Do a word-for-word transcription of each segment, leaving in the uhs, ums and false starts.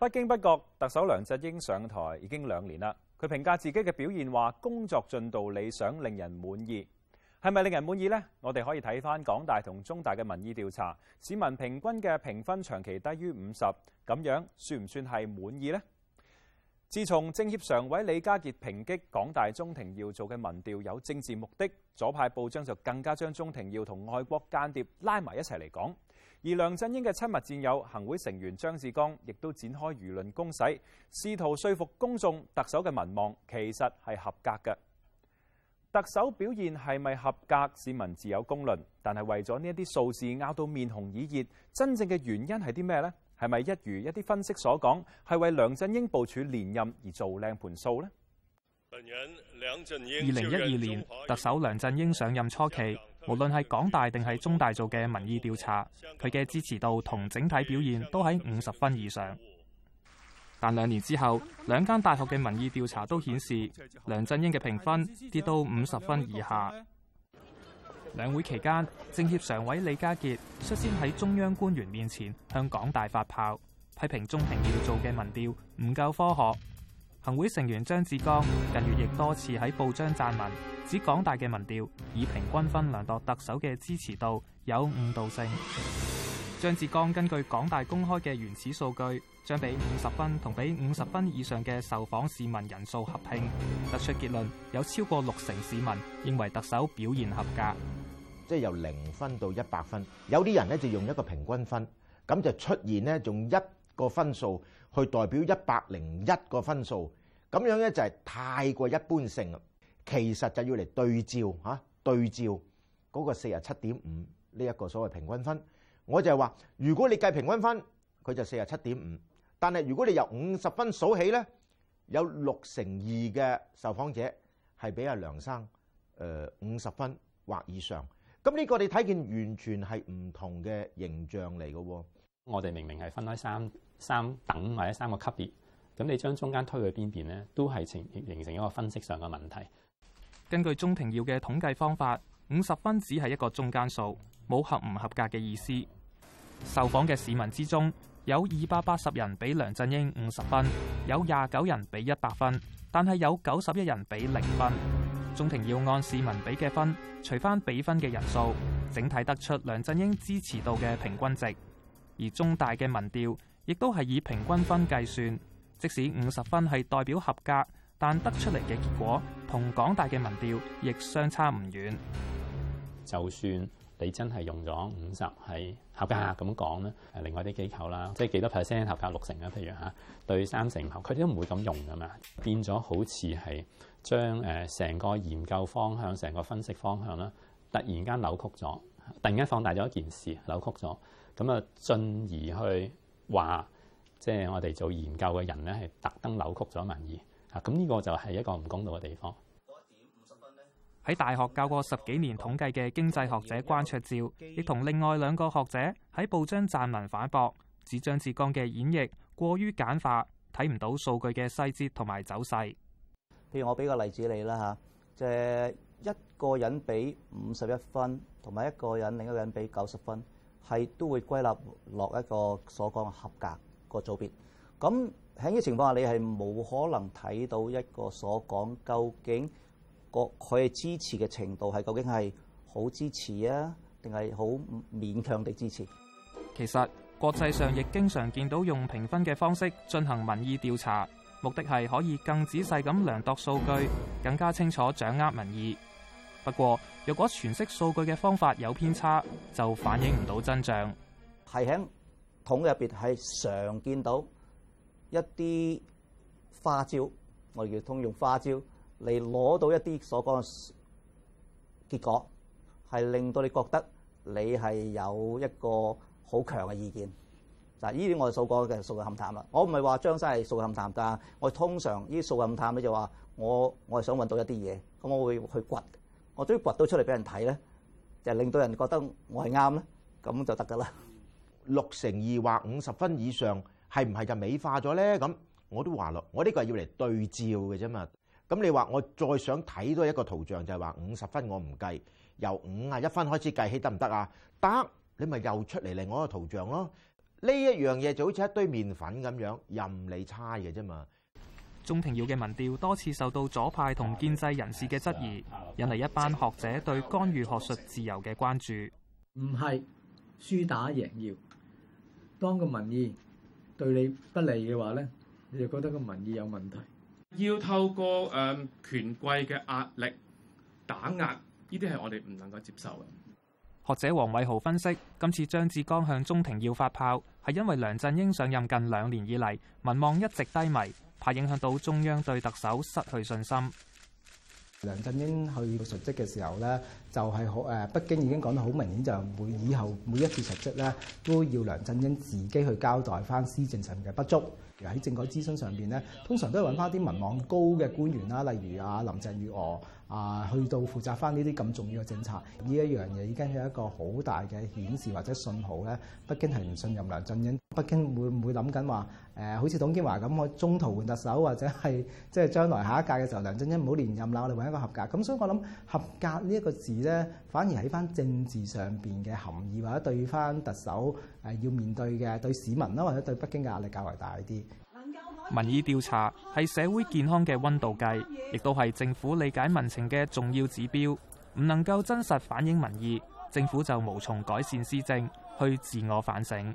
不經不覺，特首梁振英上台已經兩年啦。佢評價自己嘅表現話工作進度理想，令人滿意。係咪令人滿意呢？我哋可以睇返港大同中大嘅民意調查，市民平均嘅評分長期低於五十，咁樣算唔算係滿意呢？自從政協常委李家傑抨擊港大鍾庭耀做嘅民調有政治目的，左派報章就更加將鍾庭耀同外國間諜拉埋一齊嚟講。而梁振英嘅親密戰友行會成員張志剛亦都展開輿論攻勢，試圖說服公眾特首嘅民望其實係合格嘅。特首表現係咪合格，市民自有公論。但係為咗呢一啲數字拗到面紅耳熱，真正嘅原因係啲咩呢？係咪一如一啲分析所講，係為梁振英部署連任而做靚盤數呢？ 二零一二年， 特首梁振英上任初期，無論係港大定係中大做嘅民意調查，佢嘅支持度同整體表現都喺五十分以上。但兩年之後，兩間大學嘅民意調查都顯示，梁振英嘅評分跌到五十分以下。兩會期間，政協常委李家傑率先喺中央官員面前向港大發炮，批評鍾庭耀做嘅民調唔夠科學。行會成員張志剛近月亦多次喺報章撰文，指港大嘅民調以平均分量度特首嘅支持度有誤導性。張志剛根據港大公開嘅原始數據，將俾五十分同俾五十分以上嘅受訪市民人數合併，得出結論有超過六成市民認為特首表現合格。 即係由零分到一百分，有啲人咧就用一個平均分，咁就出現咧用一個分數去代表一百零一個分數，咁樣咧就係太過一般性啦。其實就要嚟對照嚇，對照嗰個四十七點五呢一個所謂平均分。我就係話，如果你計平均分，佢就四十七點五，但係如果你由五十分數起咧，有六成二嘅受訪者係俾阿梁生誒五十分或以上。咁呢個你睇見完全係唔同嘅形象嚟嘅喎。 我哋明明係分開三三等或者三個級別，咁你將中間推去邊邊咧，都係形形成一個分析上嘅問題。 根據鍾庭耀嘅統計方法，五十分只係一個中間數，冇合唔合格嘅意思。受訪嘅市民之中，有二百八十人俾梁振英五十分，有廿九人俾一百分，但係有九十一人俾零分。鍾庭耀按市民俾嘅分，除翻俾分嘅人數，整體得出梁振英支持度嘅平均值。而中大嘅民調亦都係以平均分計算，即使五十分係代表合格，但得出嚟嘅結果同港大嘅民調亦相差唔遠。 就算你真係用咗五十係合格咁講咧，誒另外啲機構啦，即係幾多 percent 合格六成啊？譬如嚇對三成唔合，佢哋都唔會咁用噶嘛，變咗好似係將誒成個研究方向、成個分析方向啦，突然間扭曲咗，突然間放大咗一件事，扭曲咗，咁啊進而去話，即係我哋做研究嘅人咧係特登扭曲咗民意啊！咁呢個就係一個唔公道嘅地方。 喺大學教過十幾年統計嘅經濟學者關焯照，亦同另外兩個學者喺報章撰文反駁，指張志剛嘅演繹過於簡化，睇唔到數據嘅細節同埋走勢。 譬如我俾個例子你啦嚇，即係一個人俾五十一分，同埋一個人另一個人俾九十分，係都會歸納落一個所講嘅合格個組別。咁喺呢個情況下，你係冇可能睇到一個所講究竟個佢嘅支持嘅程度係究竟係好支持啊，定係好勉強地支持？ 其實國際上亦經常見到用評分嘅方式進行民意調查，目的係可以更仔細咁量度數據，更加清楚掌握民意。不過，若果詮釋數據嘅方法有偏差，就反映唔到真相。 係喺統入邊係常見到一啲花招，我哋叫通用花招嚟攞到一啲所講嘅結果，係令到你覺得你係有一個好強嘅意見。嗱，呢啲我哋所講嘅數據勘探啦。我唔係話張生係數據勘探，但係我通常呢啲數據勘探咧就話我我係想揾到一啲嘢，咁我會去掘。我終於掘到出嚟俾人睇咧，就令到人覺得我係啱咧，咁就得㗎啦。 六成二或五十分以上係唔係就美化咗咧？咁我都話咯，我呢個係要嚟對照嘅啫嘛。咁你話我再想睇多一個圖像，就係話五十分我唔計，由五啊一分開始計起得唔得啊？得，你咪又出嚟另外一個圖像咯。 呢一樣嘢就好似一堆麵粉咁樣，任你猜嘅啫嘛。 鍾庭耀嘅民調多次受到左派同建制人士嘅質疑，引嚟一班學者對干預學術自由嘅關注。 唔係輸打贏要，當個民意對你不利嘅話咧，你就覺得個民意有問題。 要透過誒、呃、權貴嘅壓力打壓，呢啲係我哋唔能夠接受嘅。 學者黃偉豪分析，今次張志剛向鍾庭耀發炮，係因為梁振英上任近兩年以嚟，民望一直低迷，怕影響到中央對特首失去信心。 梁振英去述職嘅時候咧，就係好誒，北京已經講得好明顯，就每以後每一次述職咧，都要梁振英自己去交代翻施政上面嘅不足。喺政改諮詢上邊咧，通常都係揾翻啲民望高嘅官員啦，例如啊林鄭月娥啊，去到負責翻呢啲咁重要嘅政策。呢一樣嘢已經有一個好大嘅顯示或者信號咧，北京係唔信任梁振英。北京會唔會諗緊話誒，好似董建華咁，我中途換特首，或者係即係將來下一屆嘅時候，梁振英唔好連任啦，我哋揾一個合格。咁所以我諗合格呢一個字咧，反而喺翻政治上邊嘅含義，或者對翻特首誒要面對嘅對市民啦，或者對北京嘅壓力較為大啲。 民意調查係社會健康嘅溫度計，亦都係政府理解民情嘅重要指標。唔能夠真實反映民意，政府就無從改善施政，去自我反省。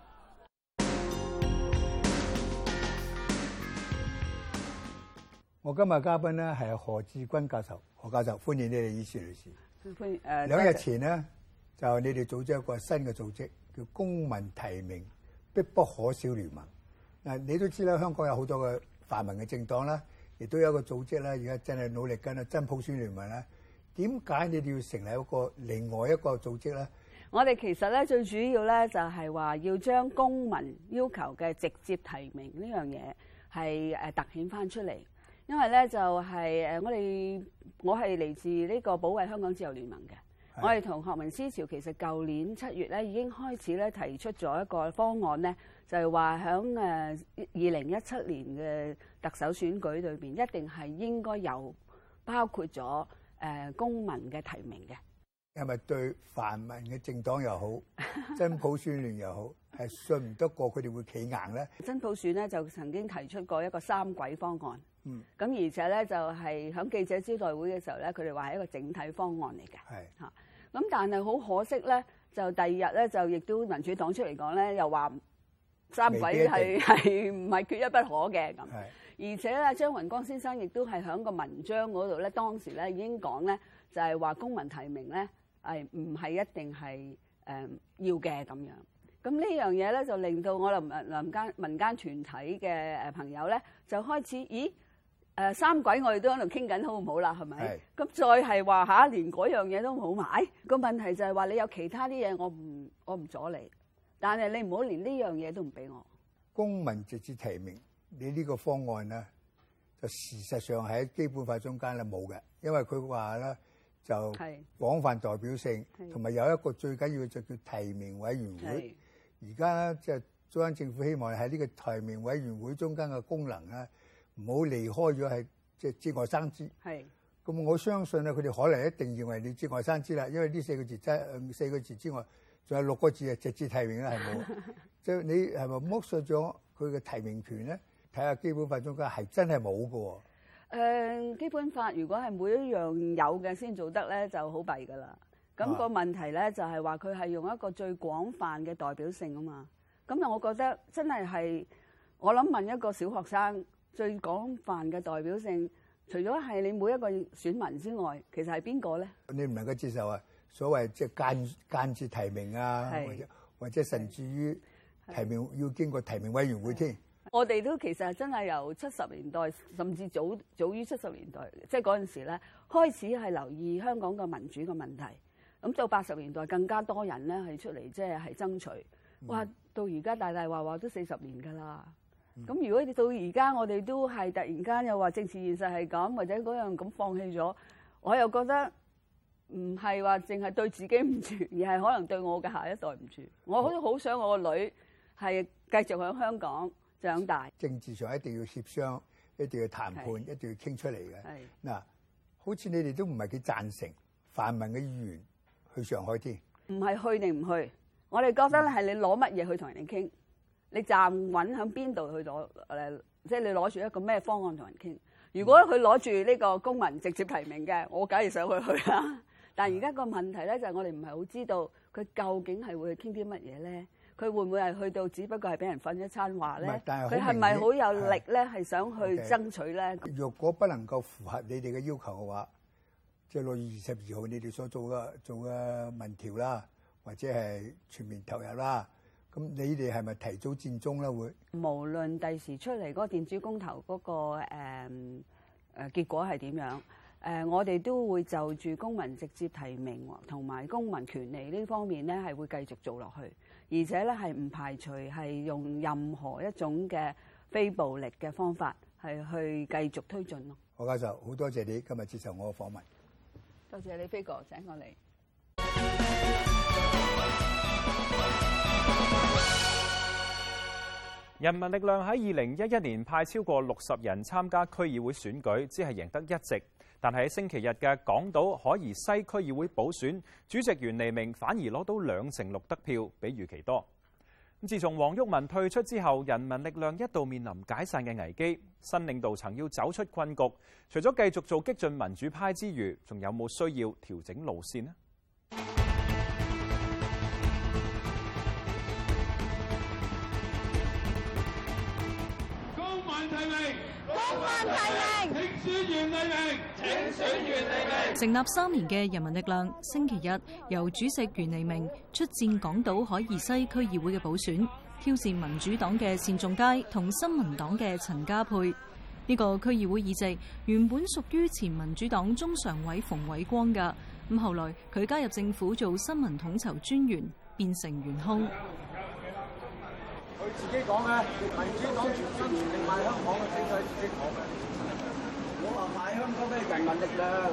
我今日嘉賓咧係何志軍教授，何教授歡迎你哋，議事女士。 歡迎誒。 兩日前呢，就你哋組織一個新嘅組織，叫公民提名必不可少聯盟。嗱，你都知啦，香港有好多嘅泛民嘅政黨啦，亦都有一個組織啦，而家真係努力緊啊，真普選聯盟啦。點解你哋要成立一個另外一個組織咧？ 我哋其實咧最主要咧就係話要將公民要求嘅直接提名呢樣嘢係誒突顯翻出嚟，因為咧就係誒我哋我係嚟自呢個保衛香港自由聯盟嘅。我哋同學民思潮其實舊年七月咧已經開始咧提出咗一個方案咧，就係話響誒二零一七年嘅特首選舉裏邊，一定係應該有包括咗誒公民嘅提名嘅。 係咪對泛民嘅政黨又好，真普選聯又好，係信唔得過佢哋會企硬咧？ 真普選咧就曾經提出過一個三軌方案， 嗯， 咁而且咧就係響記者招待會嘅時候咧，佢哋話係一個整體方案嚟嘅， 係嚇。咁但係好可惜咧，就第二日咧就亦都民主黨出嚟講咧，又話三軌係係唔係缺一不可嘅咁。而且咧，張雲光先生亦都係喺個文章嗰度咧，當時咧已經講咧，就係話公民提名咧係唔係一定係誒、呃、要嘅咁樣。咁呢樣嘢咧就令到我哋民間民間團體嘅誒朋友咧就開始，咦？誒三軌我哋都喺度傾緊，好唔好啦？係咪？咁再係話嚇，連嗰樣嘢都冇買。個問題就係話你有其他啲嘢，我唔我唔阻你，但係你唔好連呢樣嘢都唔俾我。 公民直接提名，你呢個方案咧，就事實上喺基本法中間咧冇嘅，因為佢話咧就廣泛代表性，同埋有一個最緊要嘅就叫提名委員會。而家即係中央政府希望喺呢個提名委員會中間嘅功能咧，唔好離開咗係即係節外生枝。係，咁我相信咧，佢哋可能一定認為你節外生枝啦，因為呢四個字真四個字之外，仲有六個字係直接提名啦，係冇。即係你係咪剝削咗佢嘅提名權咧？睇下基本法中間係真係冇㗎喎。 誒，基本法如果係每一樣有嘅先做得咧，就好弊㗎啦。咁、那個問題咧就係話佢係用一個最廣泛嘅代表性啊嘛。咁啊，我覺得真係係我諗問一個小學生。最廣泛嘅代表性，除咗係你每一個選民之外，其實係邊個咧？ 你唔能夠接受啊！所謂即係間間接提名啊，或者或者甚至於提名要經過提名委員會添。 我哋都其實真係由七十年代，甚至早早於七十年代，即係嗰陣時咧，開始係留意香港嘅民主嘅問題。咁到八十年代更加多人咧係出嚟，即係係爭取。哇！到而家大大話話都四十年㗎啦。咁、嗯、如果到而家我哋都係突然間又話政治現實係咁，或者嗰樣咁放棄咗，我又覺得唔係話淨係對自己唔住，而係可能對我嘅下一代唔住。我都好想我個女係繼續喺香港長大。 政治上一定要協商，一定要談判，一定要傾出嚟嘅。嗱，好似你哋都唔係幾贊成泛民嘅議員去上海添。 唔係去定唔去，我哋覺得咧係你攞乜嘢去同人哋傾。 你站穩喺邊度去攞誒，即係你攞住一個咩方案同人傾。如果佢攞住呢個公民直接提名嘅，我梗係想去去啦。但係而家個問題咧就係我哋唔係好知道佢究竟係會去傾啲乜嘢咧？佢會唔會係去到只不過係俾人訓一餐話咧？佢係咪好有力咧？係想去爭取咧？ 若果不能夠符合你哋嘅要求嘅話，即係六月二十二號你哋所做嘅做嘅民調啦，或者係全面投入啦，咁你哋係咪提早佔中咧？會無論第時出嚟嗰個電子公投嗰、嗰個誒誒、呃、結果係點樣，誒、呃、我哋都會就住公民直接提名同埋公民權利呢方面咧，係會繼續做落去。而且咧係唔排除係用任何一種嘅非暴力嘅方法係去繼續推進咯。 何教授，好多謝你今日接受我嘅訪問。 多謝你，飛哥請我嚟。 人民力量喺二零一一年派超過六十人參加區議會選舉，只係贏得一席。但係喺星期日嘅港島海怡西區議會補選，主席袁彌明反而攞到兩成六得票，比預期多。自從黃毓民退出之後，人民力量一度面臨解散嘅危機。新領導層要走出困局，除咗繼續做激進民主派之餘，仲有冇需要調整路線呢？ 公民提名，公民提名，請選袁彌明，請選袁彌明。 成立三年嘅人民力量，星期日由主席袁彌明出戰港島海怡西區議會嘅補選，挑戰民主黨嘅單仲偕同新民黨嘅陳家珮。呢、這個區議會議席原本屬於前民主黨中常委馮偉光㗎，咁後來佢加入政府做新聞統籌專員，變成懸空。 佢自己講嘅，民主黨全心全力賣香港嘅，只係自己講嘅。我話賣香港嘅人民力量。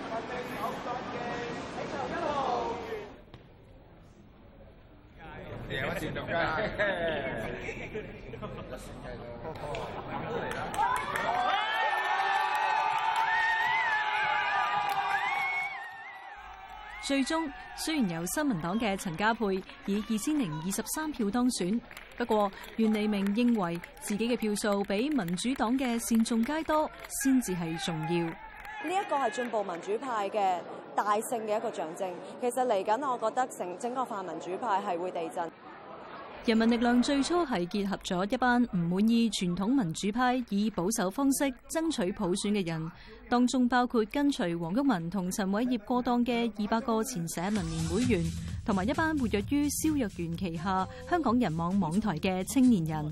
你有乜戰鬥㗎？ 最終雖然由新民黨嘅陳家珮以二千零二十三票當選，不過袁彌明認為自己嘅票數比民主黨嘅單仲偕多，先至係重要。 呢一個係進步民主派嘅大勝嘅一個象徵。其實嚟緊，我覺得成整個泛民主派係會地震。 人民力量最初係結合咗一班唔滿意傳統民主派以保守方式爭取普選嘅人，當中包括跟隨黃毓民同陳偉業過檔嘅二百個前社民連會員，同埋一班活躍於蕭若元旗下香港人網網台嘅青年人。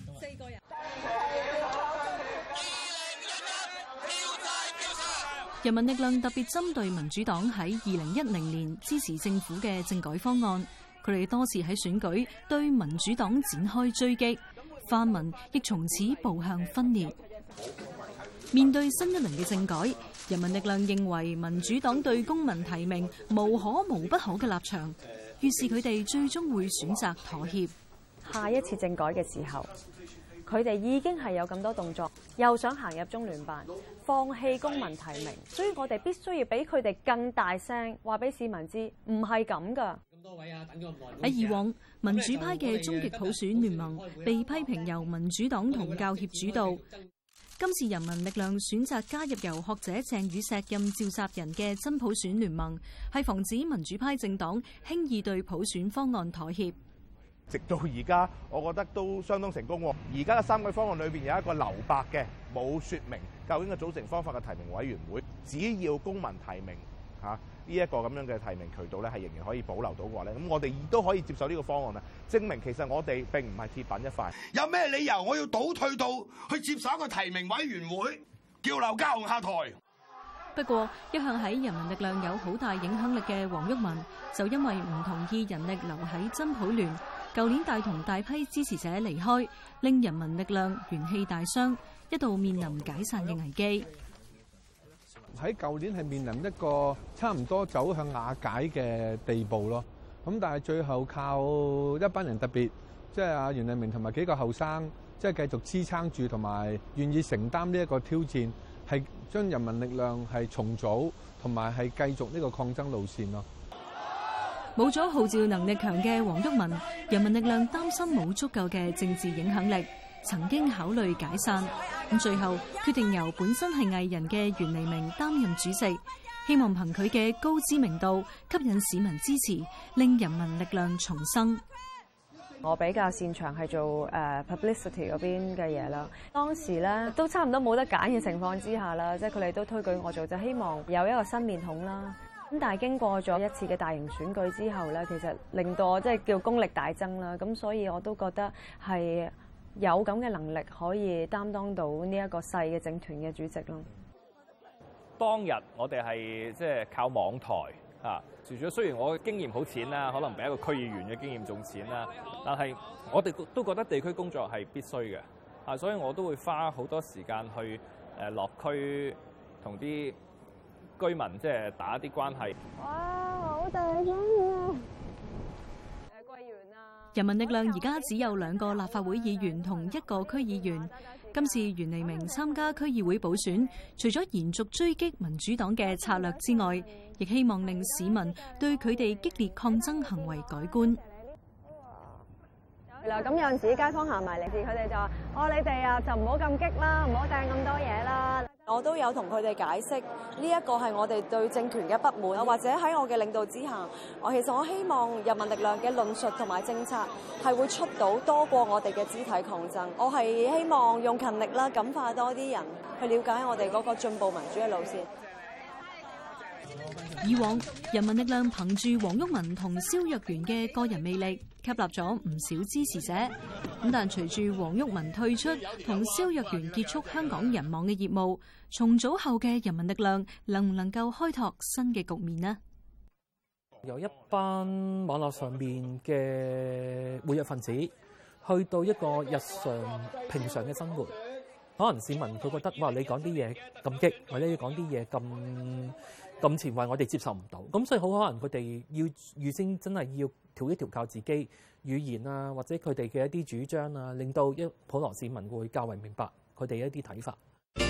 人民力量特別針對民主黨喺二零一零年支持政府嘅政改方案，佢哋多次喺選舉對民主黨展開追擊，泛民亦從此步向分裂。面對新一輪嘅政改，人民力量認為民主黨對公民提名無可無不可嘅立場，於是佢哋最終會選擇妥協。 下一次政改嘅時候，佢哋已經係有咁多動作，又想行入中聯辦，放棄公民提名，所以我哋必須要比佢哋更大聲，話俾市民知，唔係咁噶。 喺以往，民主派嘅終極普選聯盟被批評由民主黨同教協主導。今次人民力量選擇加入由學者鄭宇碩任召集人嘅真普選聯盟，係防止民主派政黨輕易對普選方案妥協。 直到而家，我覺得都相當成功。而家嘅三個方案裏邊有一個留白嘅，冇説明究竟嘅組成方法嘅提名委員會，只要公民提名嚇呢一個咁樣嘅提名渠道咧，係仍然可以保留到嘅話咧，咁我哋亦都可以接受呢個方案啦。證明其實我哋並唔係鐵板一塊。 有咩理由我要倒退到去接手一個提名委員會，叫劉家雄下台？ 不過，一向喺人民力量有好大影響力嘅黃毓民，就因為唔同意人力留喺真普聯，舊年帶同大批支持者離開，令人民力量元氣大傷，一度面臨解散嘅危機。 喺舊年係面臨一個差唔多走向瓦解嘅地步咯。咁但係最後靠一班人，特別即係阿袁彌明同埋幾個後生，即係繼續支撐住，同埋願意承擔呢一個挑戰，係將人民力量係重組，同埋係繼續呢個抗爭路線咯。 冇咗號召能力強嘅黃毓民，人民力量擔心冇足夠嘅政治影響力，曾經考慮解散。咁最後決定由本身係藝人嘅袁彌明擔任主席，希望憑佢嘅高知名度吸引市民支持，令人民力量重生。 我比較擅長係做誒 publicity 嗰邊嘅嘢啦。當時咧都差唔多冇得揀嘅情況之下啦，即係佢哋都推舉我做，就希望有一個新面孔啦。咁但係經過咗一次嘅大型選舉之後咧，其實令到我即係叫功力大增啦。咁所以我都覺得係有咁嘅能力可以擔當到呢一個細嘅政團嘅主席咯。 當日我哋係即係靠網台啊，除咗雖然我嘅經驗好淺啦，可能比一個區議員嘅經驗仲淺啦，但係我哋都覺得地區工作係必須嘅啊，所以我都會花好多時間去誒落區同啲居民即係打啲關係。 哇！好大風啊！ 人民力量而家只有兩個立法會議員同一個區議員。今次袁彌明參加區議會補選，除咗延續追擊民主黨嘅策略之外，亦希望令市民對佢哋激烈抗爭行為改觀。 嗱，咁有陣時街坊行埋嚟，佢哋就話：哦，你哋啊就唔好咁激啦，唔好掟咁多嘢啦。 我都有同佢哋解釋，呢一個係我哋對政權嘅不滿，或者喺我嘅領導之下，我其實我希望人民力量嘅論述同埋政策係會出到多過我哋嘅肢體抗爭。我係希望用勤力啦，感化多啲人去了解我哋嗰個進步民主嘅路線。 以往人民力量憑住黃毓民同蕭若元嘅個人魅力，吸納咗唔少支持者。咁但隨住黃毓民退出，同蕭若元結束香港人網嘅業務，重組後嘅人民力量能唔能夠開拓新嘅局面呢？ 由一班網絡上面嘅活躍分子，去到一個日常平常嘅生活，可能市民佢覺得哇，你講啲嘢咁激，或者你講啲嘢咁咁前衛，我哋接受唔到。咁所以好可能佢哋要預先真係要調一調靠自己語言啊，或者佢哋嘅一啲主張啊，令到一普羅市民會較為明白佢哋一啲睇法。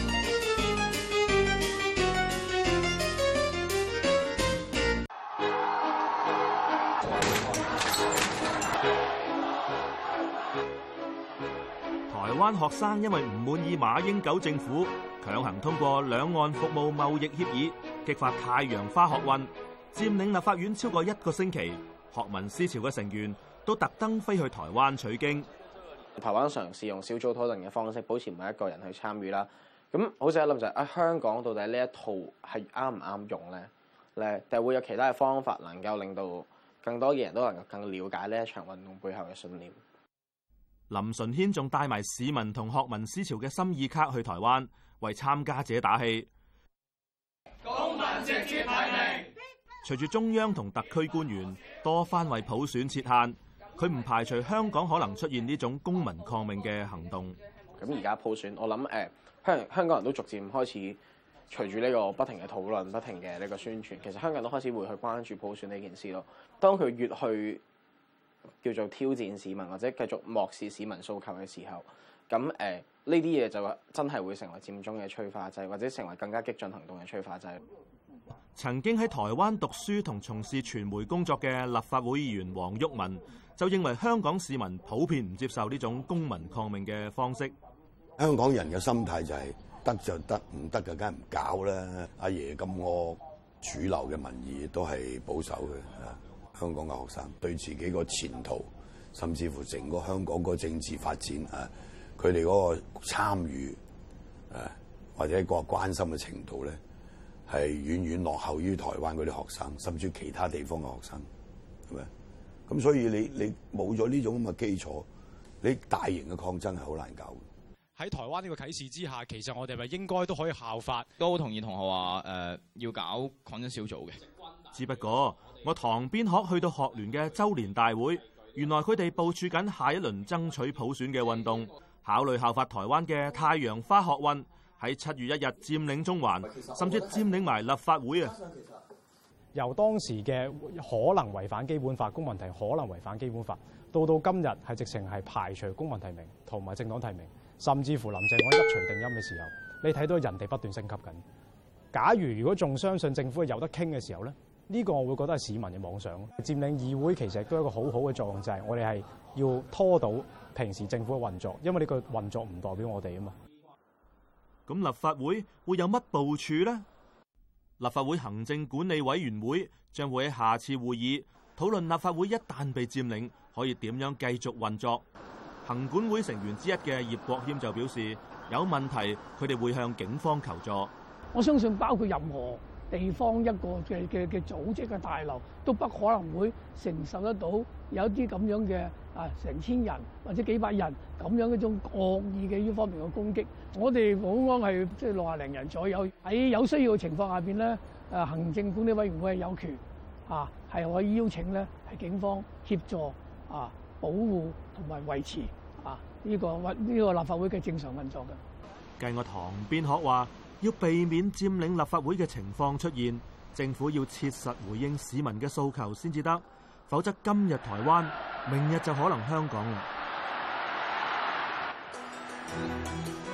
台灣學生因為唔滿意馬英九政府強行通過兩岸服務貿易協議，激發太陽花學運，佔領立法院超過一個星期。學民思潮嘅成員都特登飛去台灣取經。 台灣嘗試用小組討論嘅方式，保持每一個人去參與啦。咁好似一諗就係、是、啊，香港到底呢一套係啱唔啱用咧？咧定係會有其他嘅方法，能夠令到更多嘅人都能夠更了解呢一場運動背後嘅信念。 林順軒仲帶埋市民同學民思潮嘅心意卡去台灣，為參加者打氣。 公民直接提名。 隨住中央同特區官員多番為普選設限，佢唔排除香港可能出現呢種公民抗命嘅行動。 咁而家普選，我諗誒香香港人都逐漸開始隨住呢個不停嘅討論、不停嘅呢個宣傳，其實香港人都開始會去關注普選呢件事咯。當佢越去叫做挑戰市民或者繼續漠視市民訴求嘅時候，咁誒呢啲嘢就真係會成為佔中嘅催化劑，或者成為更加激進行動嘅催化劑。 曾經喺台灣讀書同從事傳媒工作嘅立法會議員黃毓民就認為香港市民普遍唔接受呢種公民抗命嘅方式。 香港人嘅心態就係得就得，唔得就梗係唔搞啦。阿爺咁惡，主流嘅民意都係保守嘅。香港嘅學生對自己個前途，甚至乎整個香港個政治發展啊，佢哋嗰個參與誒或者個關心嘅程度咧，係遠遠落後於台灣嗰啲學生，甚至其他地方嘅學生，係咪？咁所以你你冇咗呢種咁嘅基礎，你大型嘅抗爭係好難搞嘅。 喺台灣呢個啟示之下，其實我哋咪應該都可以效法。 都好同意同學話誒、呃、要搞抗爭小組嘅。 只不過我堂邊學去到學聯嘅周年大會，原來佢哋部署緊下一輪爭取普選嘅運動，考慮效法台灣嘅太陽花學運，喺七月一日佔領中環，甚至佔領埋立法會啊！ 由當時嘅可能違反基本法、公民提名可能違反基本法，到到今日係直情係排除公民提名同埋政黨提名，甚至乎林鄭我一錘定音嘅時候，你睇到人哋不斷升級緊。假如如果仲相信政府係有得傾嘅時候咧， 呢個我會覺得係市民嘅妄想。佔領議會其實都係一個好好嘅作用，就係我哋係要拖到平時政府嘅運作，因為呢個運作唔代表我哋啊嘛。 咁立法會會有乜部署呢？立法會行政管理委員會將會喺下次會議討論立法會一旦被佔領，可以點樣繼續運作。行管會成員之一嘅葉國謙就表示，有問題佢哋會向警方求助。 我相信包括任何地方一個嘅嘅嘅組織嘅大樓，都不可能會承受得到有一啲咁樣嘅啊成千人或者幾百人咁樣一種惡意嘅呢方面嘅攻擊。我哋保安係即係六廿零人左右，喺有需要嘅情況下邊咧，誒行政管理委員會係有權啊係可以邀請咧係警方協助啊保護同埋維持啊呢個呢個立法會嘅正常運作嘅。 計我堂邊學話，要避免佔領立法會嘅情況出現，政府要切實回應市民嘅訴求先至得，否則今日台灣，明日就可能香港啦。